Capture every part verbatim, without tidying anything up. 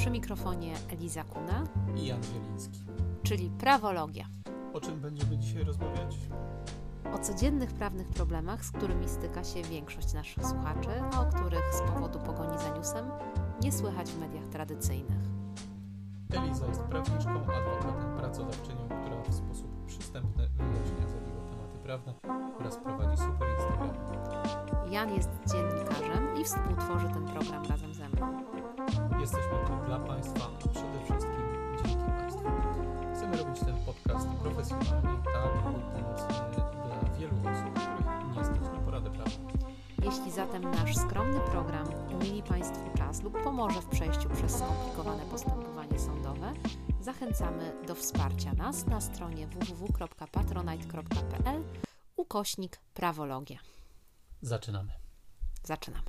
Przy mikrofonie Eliza Kuna i Jan Zieliński, czyli Prawologia. O czym będziemy dzisiaj rozmawiać? O codziennych prawnych problemach, z którymi styka się większość naszych słuchaczy, a o których z powodu pogoni za newsem nie słychać w mediach tradycyjnych. Eliza jest prawniczką, adwokatem, pracodawczynią, która w sposób przystępny wyjaśnia zawiłe tematy prawne oraz prowadzi super Instagram. Jan jest dziennikarzem i współtworzy ten program razem ze mną. Jesteśmy tu dla Państwa, a przede wszystkim dzięki Państwu. Chcemy robić ten podcast profesjonalnie, tak, by pomocny dla wielu osób, których nie stać na poradę prawną. Jeśli zatem nasz skromny program umili Państwu czas lub pomoże w przejściu przez skomplikowane postępowanie sądowe, zachęcamy do wsparcia nas na stronie w w w kropka patronite kropka p l ukośnik prawologia. Zaczynamy. Zaczynamy.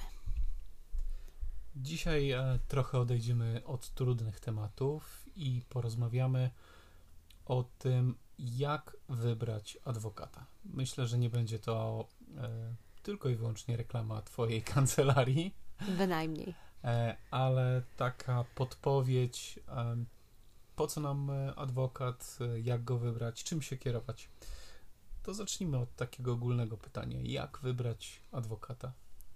Dzisiaj e, trochę odejdziemy od trudnych tematów i porozmawiamy o tym, jak wybrać adwokata. Myślę, że nie będzie to e, tylko i wyłącznie reklama Twojej kancelarii. Bynajmniej. E, ale taka podpowiedź, e, po co nam adwokat, e, jak go wybrać, czym się kierować. To zacznijmy od takiego ogólnego pytania. Jak wybrać adwokata?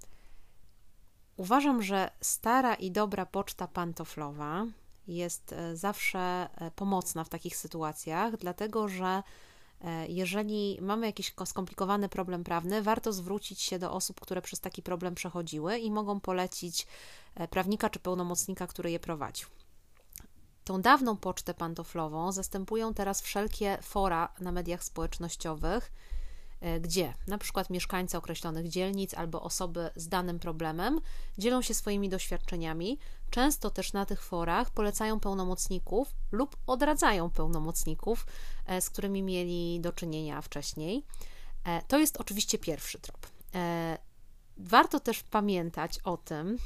Uważam, że stara i dobra poczta pantoflowa jest zawsze pomocna w takich sytuacjach, dlatego że jeżeli mamy jakiś skomplikowany problem prawny, warto zwrócić się do osób, które przez taki problem przechodziły i mogą polecić prawnika czy pełnomocnika, który je prowadził. Tą dawną pocztę pantoflową zastępują teraz wszelkie fora na mediach społecznościowych, gdzie na przykład mieszkańcy określonych dzielnic albo osoby z danym problemem dzielą się swoimi doświadczeniami. Często też na tych forach polecają pełnomocników lub odradzają pełnomocników, z którymi mieli do czynienia wcześniej. To jest oczywiście pierwszy trop. Warto też pamiętać o tym,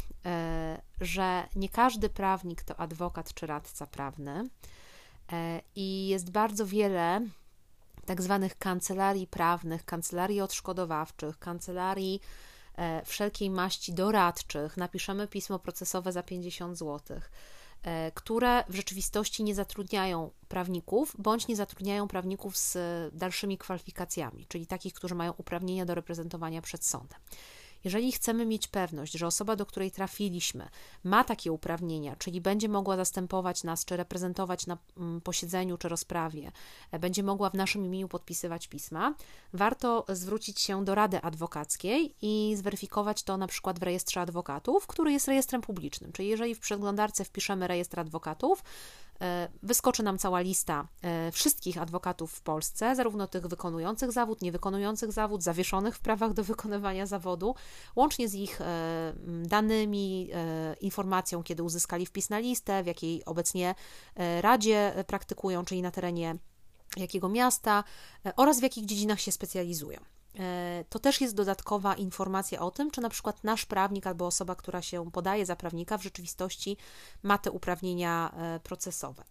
że nie każdy prawnik to adwokat czy radca prawny i jest bardzo wiele tak zwanych kancelarii prawnych, kancelarii odszkodowawczych, kancelarii e, wszelkiej maści doradczych, napiszemy pismo procesowe za pięćdziesiąt złotych, e, które w rzeczywistości nie zatrudniają prawników, bądź nie zatrudniają prawników z dalszymi kwalifikacjami, czyli takich, którzy mają uprawnienia do reprezentowania przed sądem. Jeżeli chcemy mieć pewność, że osoba, do której trafiliśmy, ma takie uprawnienia, czyli będzie mogła zastępować nas, czy reprezentować na posiedzeniu, czy rozprawie, będzie mogła w naszym imieniu podpisywać pisma, warto zwrócić się do Rady Adwokackiej i zweryfikować to na przykład w rejestrze adwokatów, który jest rejestrem publicznym. Czyli jeżeli w przeglądarce wpiszemy rejestr adwokatów, wyskoczy nam cała lista wszystkich adwokatów w Polsce, zarówno tych wykonujących zawód, niewykonujących zawód, zawieszonych w prawach do wykonywania zawodu, łącznie z ich danymi, informacją, kiedy uzyskali wpis na listę, w jakiej obecnie radzie praktykują, czyli na terenie jakiego miasta oraz w jakich dziedzinach się specjalizują. To też jest dodatkowa informacja o tym, czy na przykład nasz prawnik albo osoba, która się podaje za prawnika, w rzeczywistości ma te uprawnienia procesowe.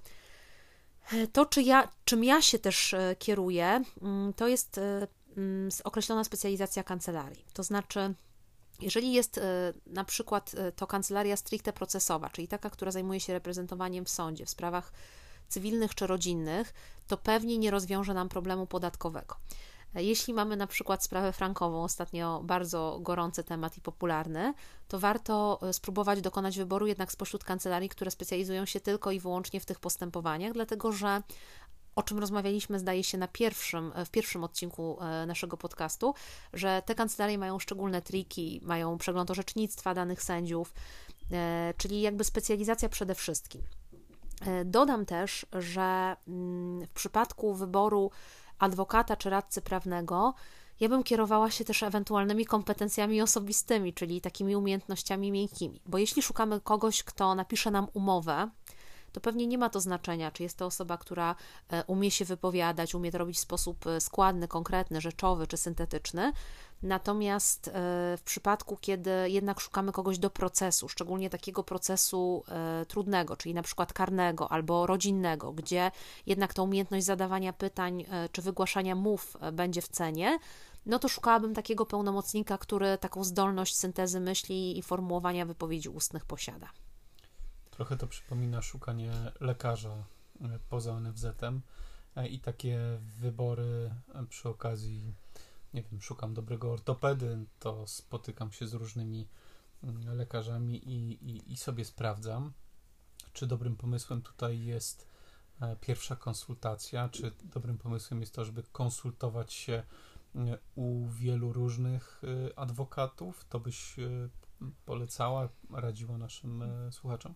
To, czy ja, czym ja się też kieruję, to jest określona specjalizacja kancelarii. To znaczy, jeżeli jest na przykład to kancelaria stricte procesowa, czyli taka, która zajmuje się reprezentowaniem w sądzie w sprawach cywilnych czy rodzinnych, to pewnie nie rozwiąże nam problemu podatkowego. Jeśli mamy na przykład sprawę frankową, ostatnio bardzo gorący temat i popularny, to warto spróbować dokonać wyboru jednak spośród kancelarii, które specjalizują się tylko i wyłącznie w tych postępowaniach, dlatego że, o czym rozmawialiśmy, zdaje się, na pierwszym, w pierwszym odcinku naszego podcastu, że te kancelarie mają szczególne triki, mają przegląd orzecznictwa danych sędziów, czyli jakby specjalizacja przede wszystkim. Dodam też, że w przypadku wyboru adwokata czy radcy prawnego, ja bym kierowała się też ewentualnymi kompetencjami osobistymi, czyli takimi umiejętnościami miękkimi. Bo jeśli szukamy kogoś, kto napisze nam umowę, to pewnie nie ma to znaczenia, czy jest to osoba, która umie się wypowiadać, umie to robić w sposób składny, konkretny, rzeczowy czy syntetyczny. Natomiast w przypadku, kiedy jednak szukamy kogoś do procesu, szczególnie takiego procesu trudnego, czyli na przykład karnego albo rodzinnego, gdzie jednak ta umiejętność zadawania pytań czy wygłaszania mów będzie w cenie, no to szukałabym takiego pełnomocnika, który taką zdolność syntezy myśli i formułowania wypowiedzi ustnych posiada. Trochę to przypomina szukanie lekarza poza N F Z-em i takie wybory przy okazji, nie wiem, szukam dobrego ortopedy, to spotykam się z różnymi lekarzami i, i, i sobie sprawdzam, czy dobrym pomysłem tutaj jest pierwsza konsultacja, czy dobrym pomysłem jest to, żeby konsultować się u wielu różnych adwokatów. To byś polecała, radziła naszym słuchaczom?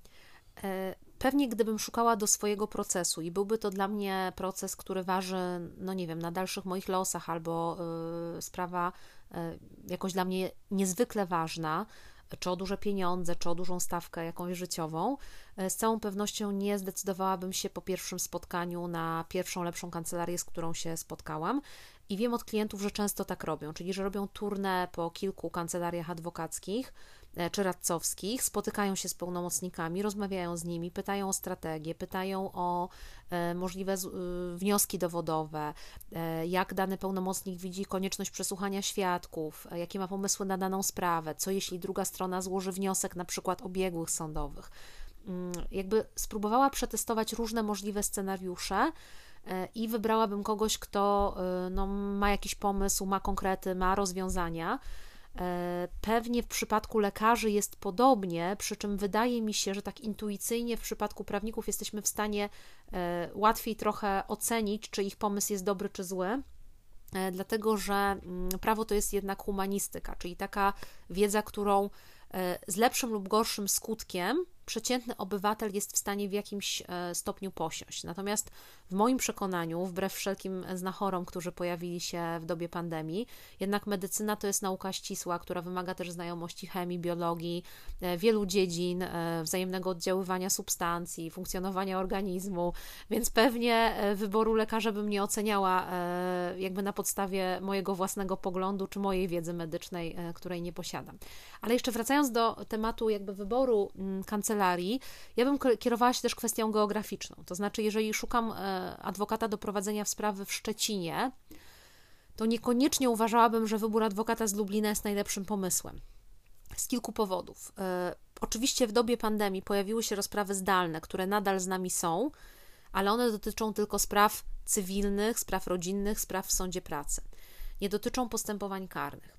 Pewnie gdybym szukała do swojego procesu i byłby to dla mnie proces, który waży, no nie wiem, na dalszych moich losach, albo y, sprawa y, jakoś dla mnie niezwykle ważna, czy o duże pieniądze, czy o dużą stawkę jakąś życiową, z całą pewnością nie zdecydowałabym się po pierwszym spotkaniu na pierwszą lepszą kancelarię, z którą się spotkałam. I wiem od klientów, że często tak robią, czyli że robią turnę po kilku kancelariach adwokackich czy radcowskich, spotykają się z pełnomocnikami, rozmawiają z nimi, pytają o strategię, pytają o e, możliwe z, y, wnioski dowodowe, e, jak dany pełnomocnik widzi konieczność przesłuchania świadków, e, jakie ma pomysły na daną sprawę, co jeśli druga strona złoży wniosek na przykład o biegłych sądowych. Mm, jakby spróbowała przetestować różne możliwe scenariusze e, i wybrałabym kogoś, kto e, no, ma jakiś pomysł, ma konkrety, ma rozwiązania. Pewnie w przypadku lekarzy jest podobnie, przy czym wydaje mi się, że tak intuicyjnie w przypadku prawników jesteśmy w stanie łatwiej trochę ocenić, czy ich pomysł jest dobry czy zły, dlatego że prawo to jest jednak humanistyka, czyli taka wiedza, którą z lepszym lub gorszym skutkiem przeciętny obywatel jest w stanie w jakimś stopniu posiąść. Natomiast w moim przekonaniu, wbrew wszelkim znachorom, którzy pojawili się w dobie pandemii, jednak medycyna to jest nauka ścisła, która wymaga też znajomości chemii, biologii, wielu dziedzin, wzajemnego oddziaływania substancji, funkcjonowania organizmu, więc pewnie wyboru lekarza bym nie oceniała jakby na podstawie mojego własnego poglądu czy mojej wiedzy medycznej, której nie posiadam. Ale jeszcze wracając do tematu jakby wyboru kancelarii, ja bym kierowała się też kwestią geograficzną. To znaczy, jeżeli szukam adwokata do prowadzenia w sprawy w Szczecinie, to niekoniecznie uważałabym, że wybór adwokata z Lublina jest najlepszym pomysłem. Z kilku powodów. Oczywiście w dobie pandemii pojawiły się rozprawy zdalne, które nadal z nami są, ale one dotyczą tylko spraw cywilnych, spraw rodzinnych, spraw w sądzie pracy. Nie dotyczą postępowań karnych.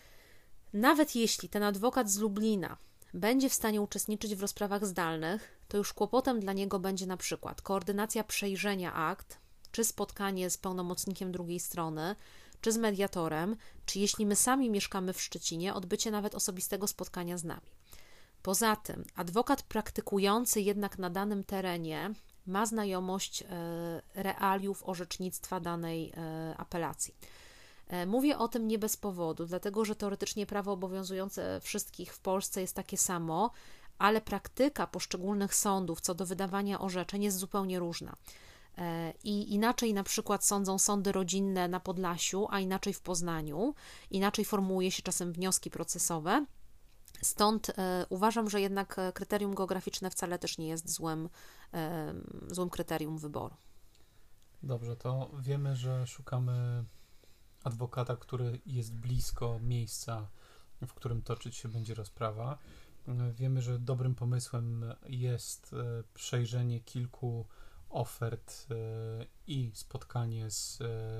Nawet jeśli ten adwokat z Lublina będzie w stanie uczestniczyć w rozprawach zdalnych, to już kłopotem dla niego będzie na przykład koordynacja przejrzenia akt, czy spotkanie z pełnomocnikiem drugiej strony, czy z mediatorem, czy jeśli my sami mieszkamy w Szczecinie, odbycie nawet osobistego spotkania z nami. Poza tym, adwokat praktykujący jednak na danym terenie ma znajomość realiów orzecznictwa danej apelacji. Mówię o tym nie bez powodu, dlatego że teoretycznie prawo obowiązujące wszystkich w Polsce jest takie samo, ale praktyka poszczególnych sądów co do wydawania orzeczeń jest zupełnie różna. I inaczej na przykład sądzą sądy rodzinne na Podlasiu, a inaczej w Poznaniu, inaczej formułuje się czasem wnioski procesowe. Stąd e, uważam, że jednak kryterium geograficzne wcale też nie jest złym, e, złym kryterium wyboru. Dobrze, to wiemy, że szukamy adwokata, który jest blisko miejsca, w którym toczyć się będzie rozprawa. Wiemy, że dobrym pomysłem jest przejrzenie kilku ofert i spotkanie z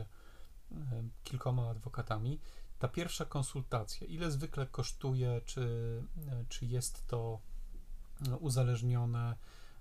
kilkoma adwokatami. Ta pierwsza konsultacja, ile zwykle kosztuje, czy, czy jest to uzależnione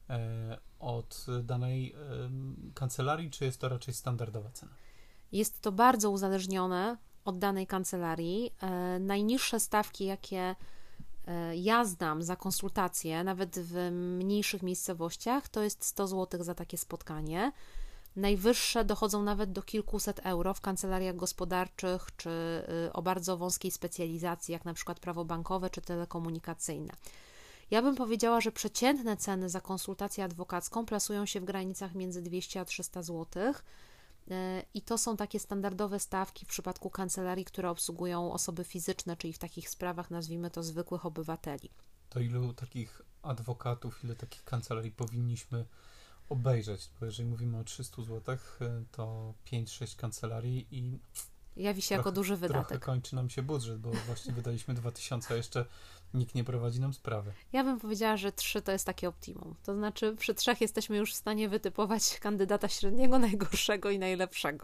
od danej kancelarii, czy jest to raczej standardowa cena? Jest to bardzo uzależnione od danej kancelarii. E, najniższe stawki, jakie e, ja znam za konsultacje, nawet w mniejszych miejscowościach, to jest sto złotych za takie spotkanie. Najwyższe dochodzą nawet do kilkuset euro w kancelariach gospodarczych, czy y, o bardzo wąskiej specjalizacji, jak na przykład prawo bankowe, czy telekomunikacyjne. Ja bym powiedziała, że przeciętne ceny za konsultację adwokacką plasują się w granicach między dwieście a trzysta złotych. I to są takie standardowe stawki w przypadku kancelarii, które obsługują osoby fizyczne, czyli w takich sprawach nazwijmy to zwykłych obywateli. To ilu takich adwokatów, ile takich kancelarii powinniśmy obejrzeć? Bo jeżeli mówimy o trzystu złotych, to pięć sześć kancelarii i jawi się trochę, jako duży wydatek. Trochę kończy nam się budżet, bo właśnie wydaliśmy dwa tysiące, a jeszcze nikt nie prowadzi nam sprawy. Ja bym powiedziała, że trzy to jest takie optimum. To znaczy przy trzech jesteśmy już w stanie wytypować kandydata średniego, najgorszego i najlepszego.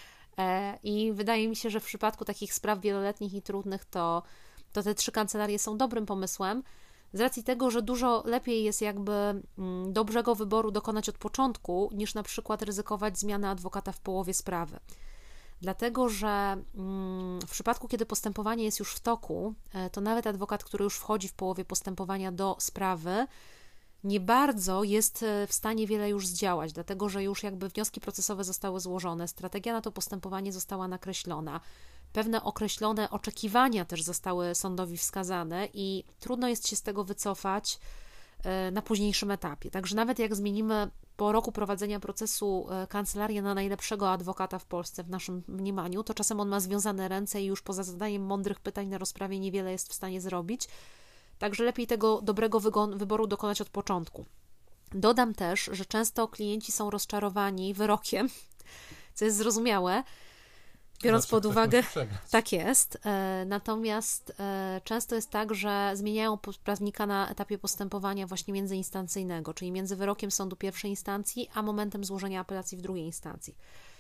E, I wydaje mi się, że w przypadku takich spraw wieloletnich i trudnych to, to te trzy kancelarie są dobrym pomysłem, z racji tego, że dużo lepiej jest jakby mm, dobrego wyboru dokonać od początku, niż na przykład ryzykować zmianę adwokata w połowie sprawy. Dlatego, że w przypadku, kiedy postępowanie jest już w toku, to nawet adwokat, który już wchodzi w połowie postępowania do sprawy, nie bardzo jest w stanie wiele już zdziałać, dlatego, że już jakby wnioski procesowe zostały złożone, strategia na to postępowanie została nakreślona, pewne określone oczekiwania też zostały sądowi wskazane i trudno jest się z tego wycofać na późniejszym etapie. Także nawet jak zmienimy po roku prowadzenia procesu kancelarię na najlepszego adwokata w Polsce w naszym mniemaniu, to czasem on ma związane ręce i już poza zadaniem mądrych pytań na rozprawie niewiele jest w stanie zrobić. Także lepiej tego dobrego wyboru dokonać od początku. Dodam też, że często klienci są rozczarowani wyrokiem, co jest zrozumiałe, biorąc Zawsze pod uwagę, tak jest, e, natomiast e, często jest tak, że zmieniają prawnika na etapie postępowania właśnie międzyinstancyjnego, czyli między wyrokiem sądu pierwszej instancji, a momentem złożenia apelacji w drugiej instancji.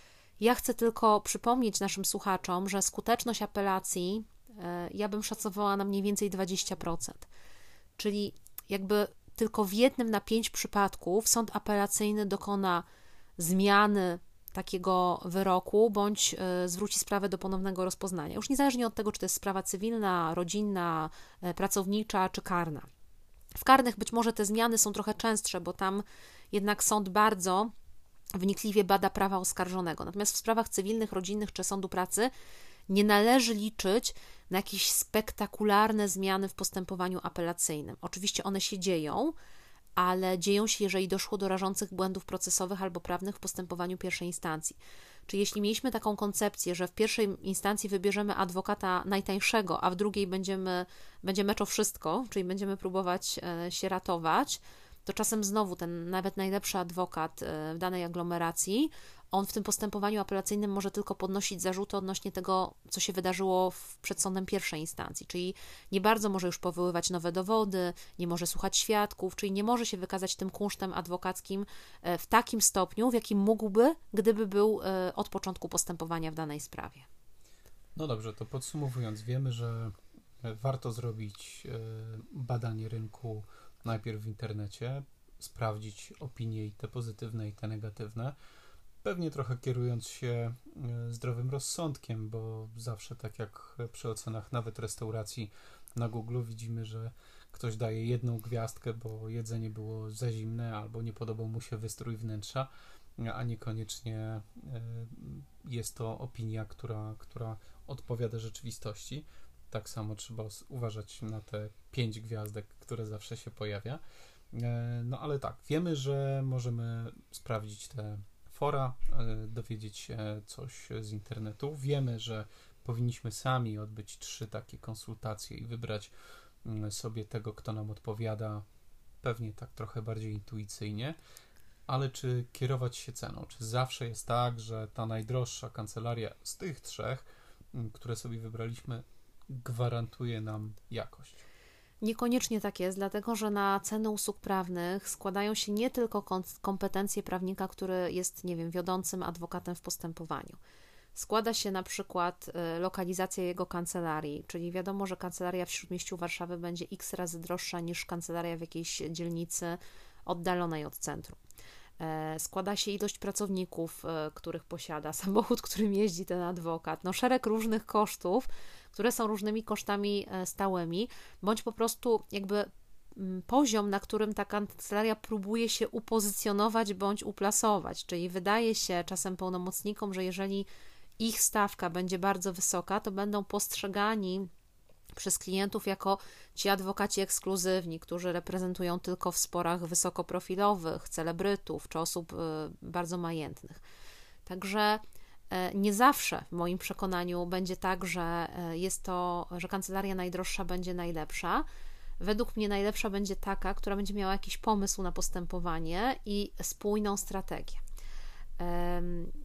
Ja chcę tylko przypomnieć naszym słuchaczom, że skuteczność apelacji e, ja bym szacowała na mniej więcej dwadzieścia procent, czyli jakby tylko w jednym na pięć przypadków sąd apelacyjny dokona zmiany takiego wyroku, bądź y, zwróci sprawę do ponownego rozpoznania. Już niezależnie od tego, czy to jest sprawa cywilna, rodzinna, y, pracownicza, czy karna. W karnych być może te zmiany są trochę częstsze, bo tam jednak sąd bardzo wnikliwie bada prawa oskarżonego. Natomiast w sprawach cywilnych, rodzinnych czy sądu pracy nie należy liczyć na jakieś spektakularne zmiany w postępowaniu apelacyjnym. Oczywiście one się dzieją, ale dzieją się, jeżeli doszło do rażących błędów procesowych albo prawnych w postępowaniu pierwszej instancji. Czy jeśli mieliśmy taką koncepcję, że w pierwszej instancji wybierzemy adwokata najtańszego, a w drugiej będziemy, będzie mecz o wszystko, czyli będziemy próbować e, się ratować, to czasem znowu ten nawet najlepszy adwokat e, w danej aglomeracji, on w tym postępowaniu apelacyjnym może tylko podnosić zarzuty odnośnie tego, co się wydarzyło w, przed sądem pierwszej instancji, czyli nie bardzo może już powoływać nowe dowody, nie może słuchać świadków, czyli nie może się wykazać tym kunsztem adwokackim w takim stopniu, w jakim mógłby, gdyby był od początku postępowania w danej sprawie. No dobrze, to podsumowując, wiemy, że warto zrobić badanie rynku najpierw w internecie, sprawdzić opinie i te pozytywne i te negatywne, pewnie trochę kierując się zdrowym rozsądkiem, bo zawsze tak jak przy ocenach nawet restauracji na Google widzimy, że ktoś daje jedną gwiazdkę, bo jedzenie było za zimne albo nie podobał mu się wystrój wnętrza, a niekoniecznie jest to opinia, która, która odpowiada rzeczywistości. Tak samo trzeba uważać na te pięć gwiazdek, które zawsze się pojawia. No ale tak, wiemy, że możemy sprawdzić te fora, dowiedzieć się coś z internetu. Wiemy, że powinniśmy sami odbyć trzy takie konsultacje i wybrać sobie tego, kto nam odpowiada, pewnie tak trochę bardziej intuicyjnie, ale czy kierować się ceną? Czy zawsze jest tak, że ta najdroższa kancelaria z tych trzech, które sobie wybraliśmy, gwarantuje nam jakość? Niekoniecznie tak jest, dlatego że na ceny usług prawnych składają się nie tylko kompetencje prawnika, który jest, nie wiem, wiodącym adwokatem w postępowaniu. Składa się na przykład lokalizacja jego kancelarii, czyli wiadomo, że kancelaria w Śródmieściu Warszawy będzie x razy droższa niż kancelaria w jakiejś dzielnicy oddalonej od centrum. Składa się ilość pracowników, których posiada, samochód, którym jeździ ten adwokat, no szereg różnych kosztów, które są różnymi kosztami stałymi, bądź po prostu jakby poziom, na którym ta kancelaria próbuje się upozycjonować bądź uplasować, czyli wydaje się czasem pełnomocnikom, że jeżeli ich stawka będzie bardzo wysoka, to będą postrzegani przez klientów jako ci adwokaci ekskluzywni, którzy reprezentują tylko w sporach wysokoprofilowych, celebrytów czy osób bardzo majętnych. Także nie zawsze w moim przekonaniu będzie tak, że jest to, że kancelaria najdroższa będzie najlepsza. Według mnie najlepsza będzie taka, która będzie miała jakiś pomysł na postępowanie i spójną strategię.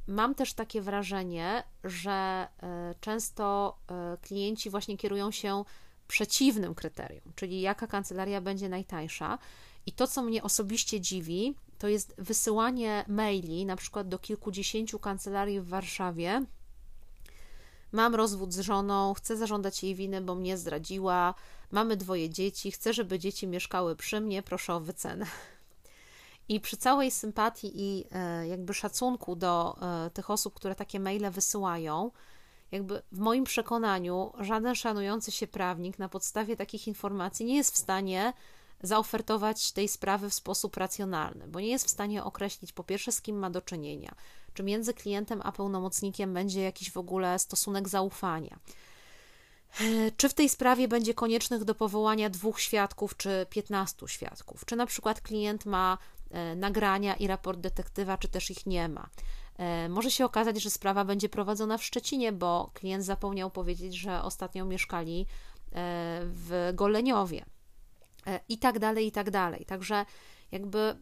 mam też takie wrażenie, że często klienci właśnie kierują się przeciwnym kryterium, czyli jaka kancelaria będzie najtańsza. I to, co mnie osobiście dziwi, to jest wysyłanie maili na przykład do kilkudziesięciu kancelarii w Warszawie. Mam rozwód z żoną, chcę zażądać jej winy, bo mnie zdradziła, mamy dwoje dzieci, chcę, żeby dzieci mieszkały przy mnie, proszę o wycenę. I przy całej sympatii i jakby szacunku do tych osób, które takie maile wysyłają, jakby w moim przekonaniu żaden szanujący się prawnik na podstawie takich informacji nie jest w stanie zaofertować tej sprawy w sposób racjonalny, bo nie jest w stanie określić po pierwsze, z kim ma do czynienia, czy między klientem a pełnomocnikiem będzie jakiś w ogóle stosunek zaufania, czy w tej sprawie będzie koniecznych do powołania dwóch świadków, czy piętnastu świadków, czy na przykład klient ma nagrania i raport detektywa, czy też ich nie ma. Może się okazać, że sprawa będzie prowadzona w Szczecinie, bo klient zapomniał powiedzieć, że ostatnio mieszkali w Goleniowie i tak dalej, i tak dalej. Także jakby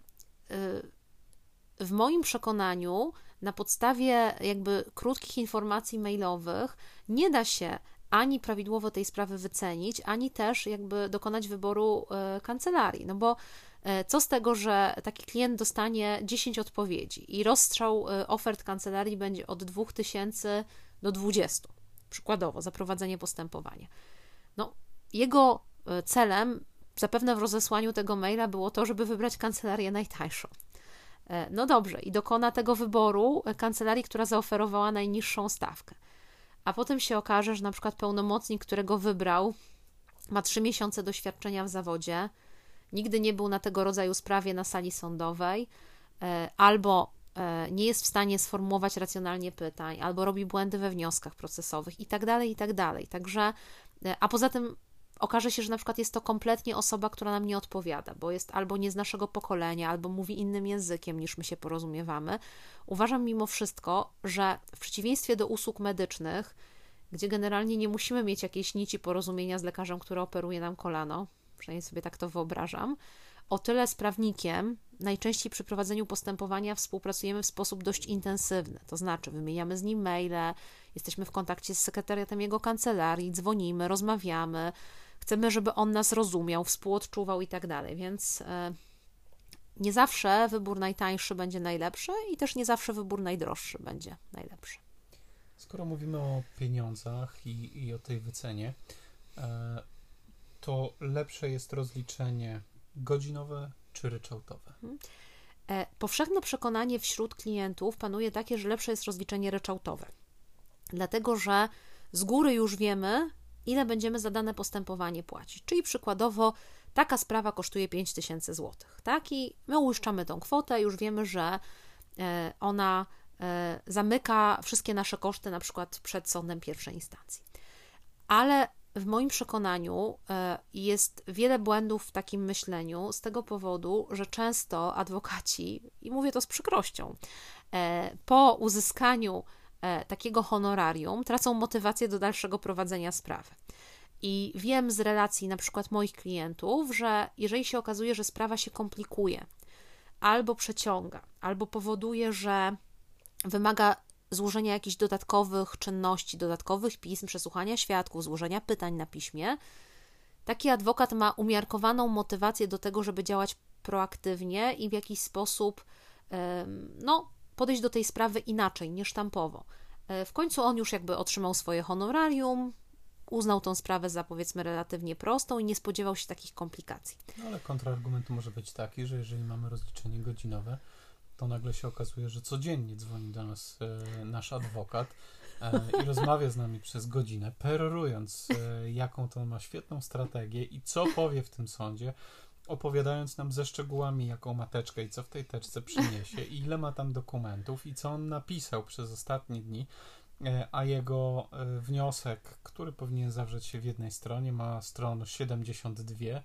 w moim przekonaniu na podstawie jakby krótkich informacji mailowych nie da się ani prawidłowo tej sprawy wycenić, ani też jakby dokonać wyboru kancelarii, no bo co z tego, że taki klient dostanie dziesięć odpowiedzi i rozstrzał ofert kancelarii będzie od dwóch tysięcy do dwudziestu, przykładowo, za prowadzenie postępowania. No, jego celem zapewne w rozesłaniu tego maila było to, żeby wybrać kancelarię najtańszą. No dobrze, i dokona tego wyboru kancelarii, która zaoferowała najniższą stawkę. A potem się okaże, że na przykład pełnomocnik, którego wybrał, ma trzy miesiące doświadczenia w zawodzie, nigdy nie był na tego rodzaju sprawie na sali sądowej, albo nie jest w stanie sformułować racjonalnie pytań, albo robi błędy we wnioskach procesowych i tak dalej, i tak dalej. Także, a poza tym okaże się, że na przykład jest to kompletnie osoba, która nam nie odpowiada, bo jest albo nie z naszego pokolenia, albo mówi innym językiem niż my się porozumiewamy. Uważam mimo wszystko, że w przeciwieństwie do usług medycznych, gdzie generalnie nie musimy mieć jakiejś nici porozumienia z lekarzem, który operuje nam kolano, przynajmniej sobie tak to wyobrażam, o tyle z prawnikiem najczęściej przy prowadzeniu postępowania współpracujemy w sposób dość intensywny, to znaczy wymieniamy z nim maile, jesteśmy w kontakcie z sekretariatem jego kancelarii, dzwonimy, rozmawiamy, chcemy, żeby on nas rozumiał, współodczuwał i tak dalej, więc nie zawsze wybór najtańszy będzie najlepszy i też nie zawsze wybór najdroższy będzie najlepszy. Skoro mówimy o pieniądzach i, i o tej wycenie, to lepsze jest rozliczenie godzinowe czy ryczałtowe? Powszechne przekonanie wśród klientów panuje takie, że lepsze jest rozliczenie ryczałtowe, dlatego że z góry już wiemy, ile będziemy za dane postępowanie płacić. Czyli przykładowo taka sprawa kosztuje pięć tysięcy złotych, tak? I my uiszczamy tą kwotę, już wiemy, że ona zamyka wszystkie nasze koszty, na przykład przed sądem pierwszej instancji. Ale w moim przekonaniu jest wiele błędów w takim myśleniu z tego powodu, że często adwokaci, i mówię to z przykrością, po uzyskaniu takiego honorarium tracą motywację do dalszego prowadzenia sprawy. I wiem z relacji na przykład moich klientów, że jeżeli się okazuje, że sprawa się komplikuje, albo przeciąga, albo powoduje, że wymaga złożenia jakichś dodatkowych czynności, dodatkowych pism, przesłuchania świadków, złożenia pytań na piśmie, taki adwokat ma umiarkowaną motywację do tego, żeby działać proaktywnie i w jakiś sposób no, podejść do tej sprawy inaczej, nie sztampowo. W końcu on już jakby otrzymał swoje honorarium, uznał tą sprawę za powiedzmy relatywnie prostą i nie spodziewał się takich komplikacji. No ale kontrargument może być taki, że jeżeli mamy rozliczenie godzinowe, to nagle się okazuje, że codziennie dzwoni do nas e, nasz adwokat e, i rozmawia z nami przez godzinę, perorując, e, jaką to ma świetną strategię i co powie w tym sądzie, opowiadając nam ze szczegółami, jaką ma teczkę i co w tej teczce przyniesie, i ile ma tam dokumentów i co on napisał przez ostatnie dni, e, a jego e, wniosek, który powinien zawrzeć się w jednej stronie, ma stron siedemdziesiąt dwa,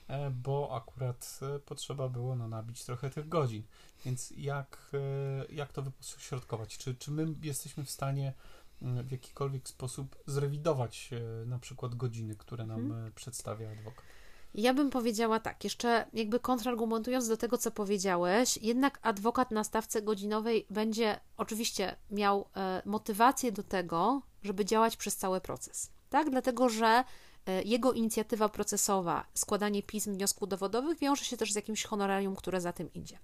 bo akurat potrzeba było no, nabić trochę tych godzin. Więc jak, jak to wypośrodkować? Czy, czy my jesteśmy w stanie w jakikolwiek sposób zrewidować na przykład godziny, które nam hmm. przedstawia adwokat? Ja bym powiedziała tak, jeszcze jakby kontrargumentując do tego, co powiedziałeś, jednak adwokat na stawce godzinowej będzie oczywiście miał e, motywację do tego, żeby działać przez cały proces, tak? Dlatego, że e, jego inicjatywa procesowa, składanie pism, wniosków dowodowych wiąże się też z jakimś honorarium, które za tym idzie.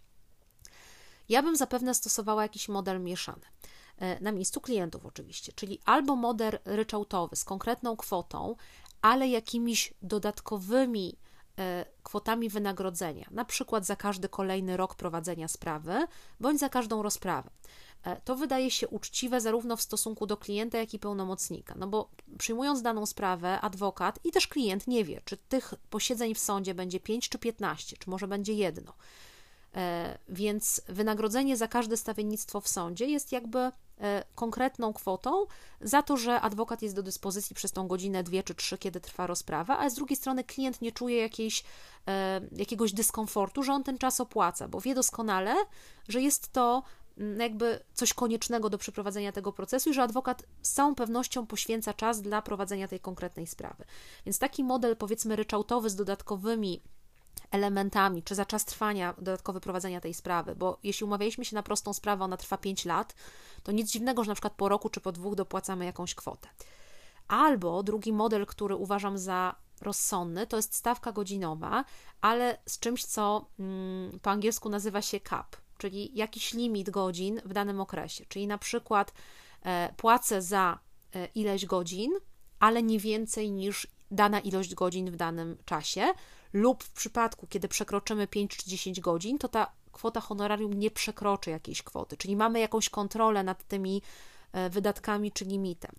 Ja bym zapewne stosowała jakiś model mieszany, e, na miejscu klientów oczywiście, czyli albo model ryczałtowy z konkretną kwotą, ale jakimiś dodatkowymi e, kwotami wynagrodzenia, na przykład za każdy kolejny rok prowadzenia sprawy, bądź za każdą rozprawę. E, to wydaje się uczciwe zarówno w stosunku do klienta, jak i pełnomocnika, no bo przyjmując daną sprawę, adwokat i też klient nie wie, czy tych posiedzeń w sądzie będzie pięć czy piętnaście, czy może będzie jedno. E, więc wynagrodzenie za każde stawiennictwo w sądzie jest jakby e, konkretną kwotą za to, że adwokat jest do dyspozycji przez tą godzinę, dwie czy trzy, kiedy trwa rozprawa, a z drugiej strony klient nie czuje jakiejś, e, jakiegoś dyskomfortu, że on ten czas opłaca, bo wie doskonale, że jest to jakby coś koniecznego do przeprowadzenia tego procesu i że adwokat z całą pewnością poświęca czas dla prowadzenia tej konkretnej sprawy. Więc taki model, powiedzmy, ryczałtowy z dodatkowymi elementami, czy za czas trwania dodatkowe prowadzenia tej sprawy, bo jeśli umawialiśmy się na prostą sprawę, ona trwa pięć lat, to nic dziwnego, że na przykład po roku czy po dwóch dopłacamy jakąś kwotę. Albo drugi model, który uważam za rozsądny, to jest stawka godzinowa, ale z czymś, co mm, po angielsku nazywa się cap, czyli jakiś limit godzin w danym okresie, czyli na przykład e, płacę za e, ileś godzin, ale nie więcej niż dana ilość godzin w danym czasie, lub w przypadku, kiedy przekroczymy pięć czy dziesięć godzin, to ta kwota honorarium nie przekroczy jakiejś kwoty, czyli mamy jakąś kontrolę nad tymi wydatkami czy limitem.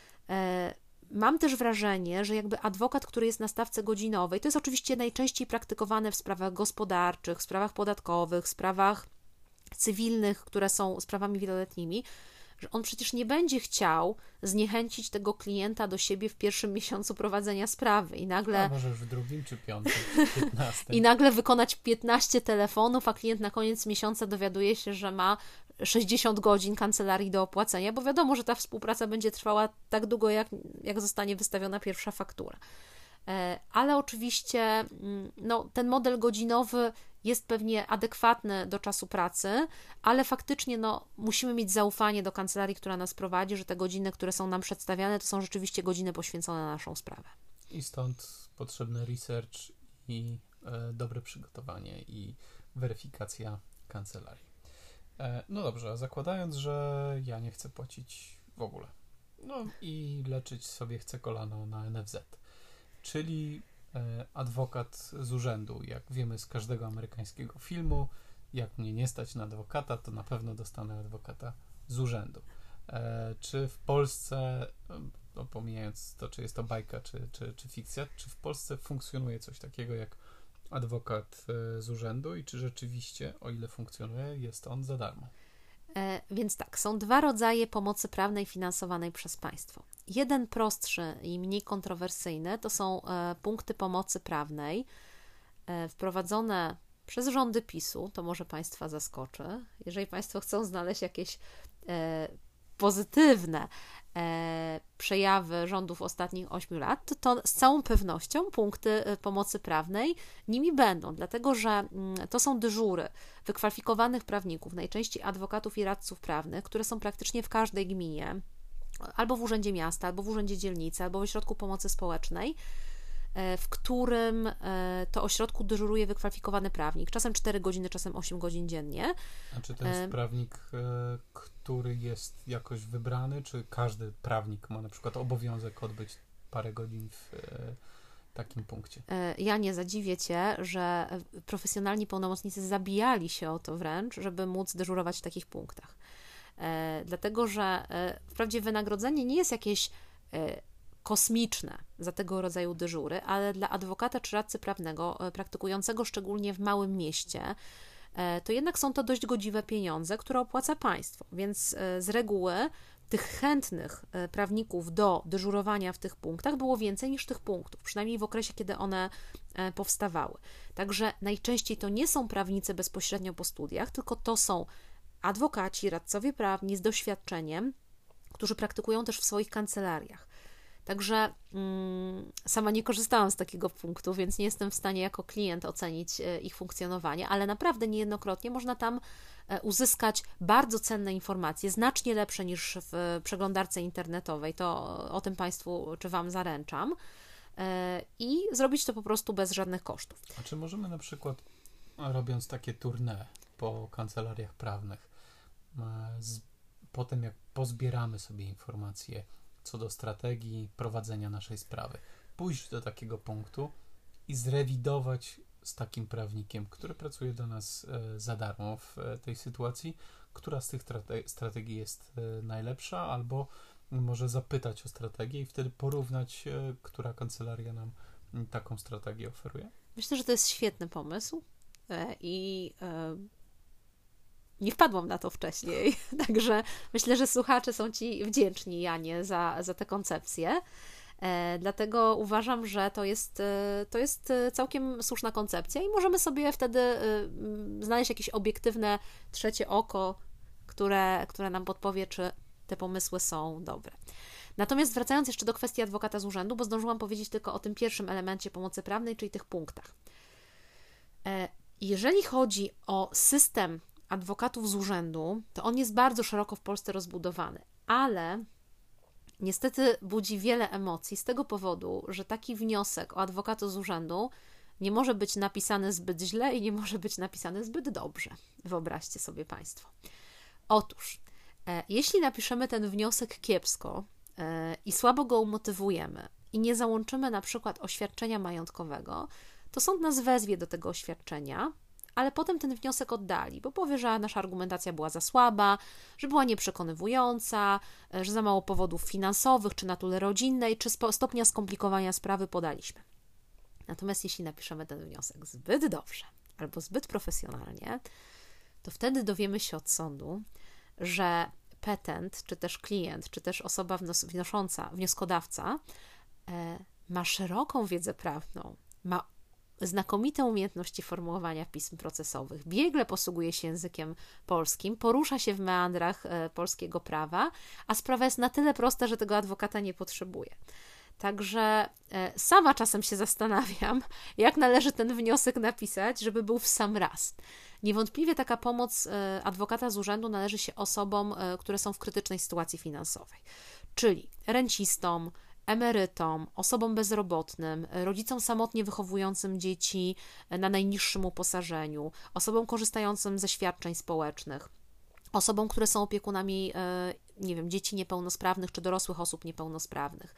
Mam też wrażenie, że jakby adwokat, który jest na stawce godzinowej, to jest oczywiście najczęściej praktykowane w sprawach gospodarczych, w sprawach podatkowych, w sprawach cywilnych, które są sprawami wieloletnimi, że on przecież nie będzie chciał zniechęcić tego klienta do siebie w pierwszym miesiącu prowadzenia sprawy i nagle... A może już w drugim czy piątym, piętnastym. I nagle wykonać piętnaście telefonów, a klient na koniec miesiąca dowiaduje się, że ma sześćdziesiąt godzin kancelarii do opłacenia, bo wiadomo, że ta współpraca będzie trwała tak długo, jak, jak zostanie wystawiona pierwsza faktura. Ale oczywiście no, ten model godzinowy jest pewnie adekwatny do czasu pracy, ale faktycznie no, musimy mieć zaufanie do kancelarii, która nas prowadzi, że te godziny, które są nam przedstawiane, to są rzeczywiście godziny poświęcone na naszą sprawę. I stąd potrzebny research i e, dobre przygotowanie i weryfikacja kancelarii. E, no dobrze, zakładając, że ja nie chcę płacić w ogóle, no i leczyć sobie chcę kolano na N F Z, czyli adwokat z urzędu. Jak wiemy z każdego amerykańskiego filmu, jak mnie nie stać na adwokata, to na pewno dostanę adwokata z urzędu. E, czy w Polsce, no pomijając to, czy jest to bajka, czy, czy, czy fikcja, czy w Polsce funkcjonuje coś takiego jak adwokat z urzędu i czy rzeczywiście, o ile funkcjonuje, jest on za darmo? E, więc tak, są dwa rodzaje pomocy prawnej finansowanej przez państwo. Jeden prostszy i mniej kontrowersyjny to są e, punkty pomocy prawnej e, wprowadzone przez rządy PiSu, to może Państwa zaskoczy. Jeżeli Państwo chcą znaleźć jakieś e, pozytywne e, przejawy rządów ostatnich ośmiu lat, to, to z całą pewnością punkty pomocy prawnej nimi będą, dlatego że mm, to są dyżury wykwalifikowanych prawników, najczęściej adwokatów i radców prawnych, które są praktycznie w każdej gminie, albo w urzędzie miasta, albo w urzędzie dzielnicy, albo w ośrodku pomocy społecznej, w którym to ośrodku dyżuruje wykwalifikowany prawnik, czasem cztery godziny, czasem osiem godzin dziennie. A czy to jest prawnik, który jest jakoś wybrany, czy każdy prawnik ma na przykład obowiązek odbyć parę godzin w takim punkcie? Ja nie zadziwię Cię, że profesjonalni pełnomocnicy zabijali się o to wręcz, żeby móc dyżurować w takich punktach. E, dlatego, że e, wprawdzie wynagrodzenie nie jest jakieś e, kosmiczne za tego rodzaju dyżury, ale dla adwokata czy radcy prawnego e, praktykującego szczególnie w małym mieście, e, to jednak są to dość godziwe pieniądze, które opłaca państwo, więc e, z reguły tych chętnych e, prawników do dyżurowania w tych punktach było więcej niż tych punktów, przynajmniej w okresie, kiedy one e, powstawały. Także najczęściej to nie są prawnicy bezpośrednio po studiach, tylko to są adwokaci, radcowie prawni z doświadczeniem, którzy praktykują też w swoich kancelariach. Także mm, sama nie korzystałam z takiego punktu, więc nie jestem w stanie jako klient ocenić ich funkcjonowanie, ale naprawdę niejednokrotnie można tam uzyskać bardzo cenne informacje, znacznie lepsze niż w przeglądarce internetowej, to o tym Państwu czy Wam zaręczam, i zrobić to po prostu bez żadnych kosztów. A czy możemy na przykład, robiąc takie tournée po kancelariach prawnych, z, potem jak pozbieramy sobie informacje co do strategii prowadzenia naszej sprawy, pójść do takiego punktu i zrewidować z takim prawnikiem, który pracuje do nas za darmo w tej sytuacji, która z tych strategii jest najlepsza, albo może zapytać o strategię i wtedy porównać, która kancelaria nam taką strategię oferuje? Myślę, że to jest świetny pomysł i nie wpadłam na to wcześniej, także myślę, że słuchacze są Ci wdzięczni, Janie, za, za tę koncepcję. Dlatego uważam, że to jest, to jest całkiem słuszna koncepcja i możemy sobie wtedy znaleźć jakieś obiektywne trzecie oko, które, które nam podpowie, czy te pomysły są dobre. Natomiast wracając jeszcze do kwestii adwokata z urzędu, bo zdążyłam powiedzieć tylko o tym pierwszym elemencie pomocy prawnej, czyli tych punktach. Jeżeli chodzi o system adwokatów z urzędu, to on jest bardzo szeroko w Polsce rozbudowany, ale niestety budzi wiele emocji z tego powodu, że taki wniosek o adwokata z urzędu nie może być napisany zbyt źle i nie może być napisany zbyt dobrze. Wyobraźcie sobie Państwo. Otóż, e, jeśli napiszemy ten wniosek kiepsko e, i słabo go umotywujemy i nie załączymy na przykład oświadczenia majątkowego, to sąd nas wezwie do tego oświadczenia, ale potem ten wniosek oddali, bo powie, że nasza argumentacja była za słaba, że była nieprzekonywująca, że za mało powodów finansowych, czy natury rodzinnej, czy stopnia skomplikowania sprawy podaliśmy. Natomiast jeśli napiszemy ten wniosek zbyt dobrze albo zbyt profesjonalnie, to wtedy dowiemy się od sądu, że petent, czy też klient, czy też osoba wnosząca, wnioskodawca e, ma szeroką wiedzę prawną, ma znakomite umiejętności formułowania pism procesowych, biegle posługuje się językiem polskim, porusza się w meandrach e, polskiego prawa, a sprawa jest na tyle prosta, że tego adwokata nie potrzebuje. Także e, sama czasem się zastanawiam, jak należy ten wniosek napisać, żeby był w sam raz. Niewątpliwie taka pomoc e, adwokata z urzędu należy się osobom, e, które są w krytycznej sytuacji finansowej, czyli rencistom, emerytom, osobom bezrobotnym, rodzicom samotnie wychowującym dzieci na najniższym uposażeniu, osobom korzystającym ze świadczeń społecznych, osobom, które są opiekunami, nie wiem, dzieci niepełnosprawnych czy dorosłych osób niepełnosprawnych.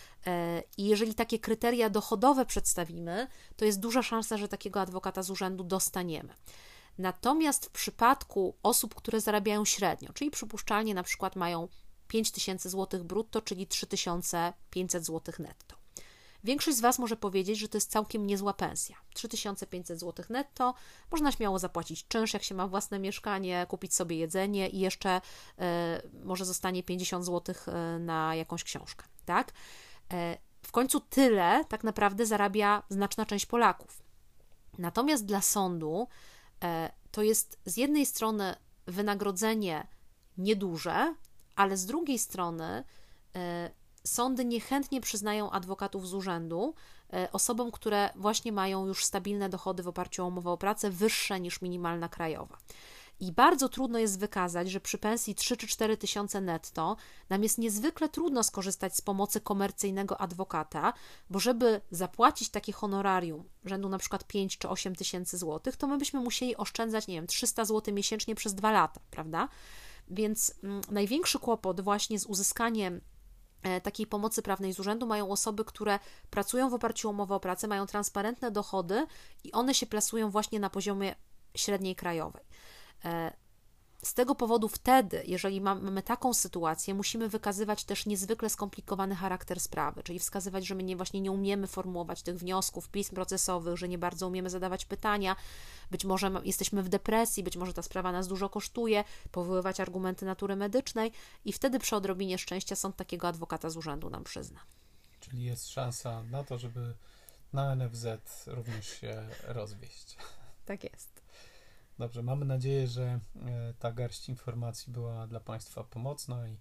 I jeżeli takie kryteria dochodowe przedstawimy, to jest duża szansa, że takiego adwokata z urzędu dostaniemy. Natomiast w przypadku osób, które zarabiają średnio, czyli przypuszczalnie na przykład mają pięć tysięcy złotych brutto, czyli trzy tysiące pięćset złotych netto. Większość z Was może powiedzieć, że to jest całkiem niezła pensja. trzy tysiące pięćset złotych netto, można śmiało zapłacić czynsz, jak się ma własne mieszkanie, kupić sobie jedzenie i jeszcze y, może zostanie pięćdziesiąt złotych na jakąś książkę, tak? Y, w końcu tyle tak naprawdę zarabia znaczna część Polaków. Natomiast dla sądu y, to jest z jednej strony wynagrodzenie nieduże, ale z drugiej strony y, sądy niechętnie przyznają adwokatów z urzędu y, osobom, które właśnie mają już stabilne dochody w oparciu o umowę o pracę wyższe niż minimalna krajowa. I bardzo trudno jest wykazać, że przy pensji trzy czy cztery tysiące netto nam jest niezwykle trudno skorzystać z pomocy komercyjnego adwokata, bo żeby zapłacić takie honorarium rzędu na przykład pięć czy osiem tysięcy złotych, to my byśmy musieli oszczędzać, nie wiem, trzysta złotych miesięcznie przez dwa lata, prawda? Więc mm, największy kłopot właśnie z uzyskaniem e, takiej pomocy prawnej z urzędu mają osoby, które pracują w oparciu o umowę o pracę, mają transparentne dochody i one się plasują właśnie na poziomie średniej krajowej. E, z tego powodu wtedy, jeżeli mamy taką sytuację, musimy wykazywać też niezwykle skomplikowany charakter sprawy, czyli wskazywać, że my nie, właśnie nie umiemy formułować tych wniosków, pism procesowych, że nie bardzo umiemy zadawać pytania, być może jesteśmy w depresji, być może ta sprawa nas dużo kosztuje, powoływać argumenty natury medycznej i wtedy przy odrobinie szczęścia sąd takiego adwokata z urzędu nam przyzna. Czyli jest szansa na to, żeby na N F Z również się rozwieść. Tak jest. Dobrze, mamy nadzieję, że ta garść informacji była dla Państwa pomocna i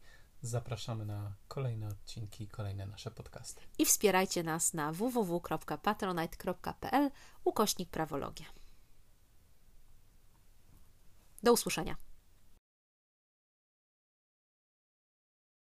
zapraszamy na kolejne odcinki, kolejne nasze podcasty. I wspierajcie nas na w w w kropka patronite kropka p l ukośnik prawologia. Do usłyszenia.